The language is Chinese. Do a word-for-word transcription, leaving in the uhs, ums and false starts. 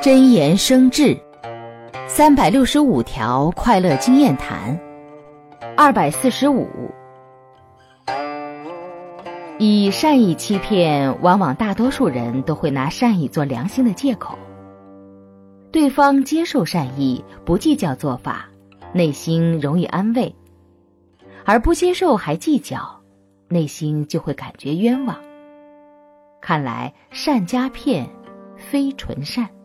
真言生智，三百六十五条快乐经验谈。二百四十五，以善意欺骗，往往大多数人都会拿善意做良心的借口。对方接受善意，不计较做法，内心容易安慰；而不接受还计较，内心就会感觉冤枉。看来善加骗，非纯善。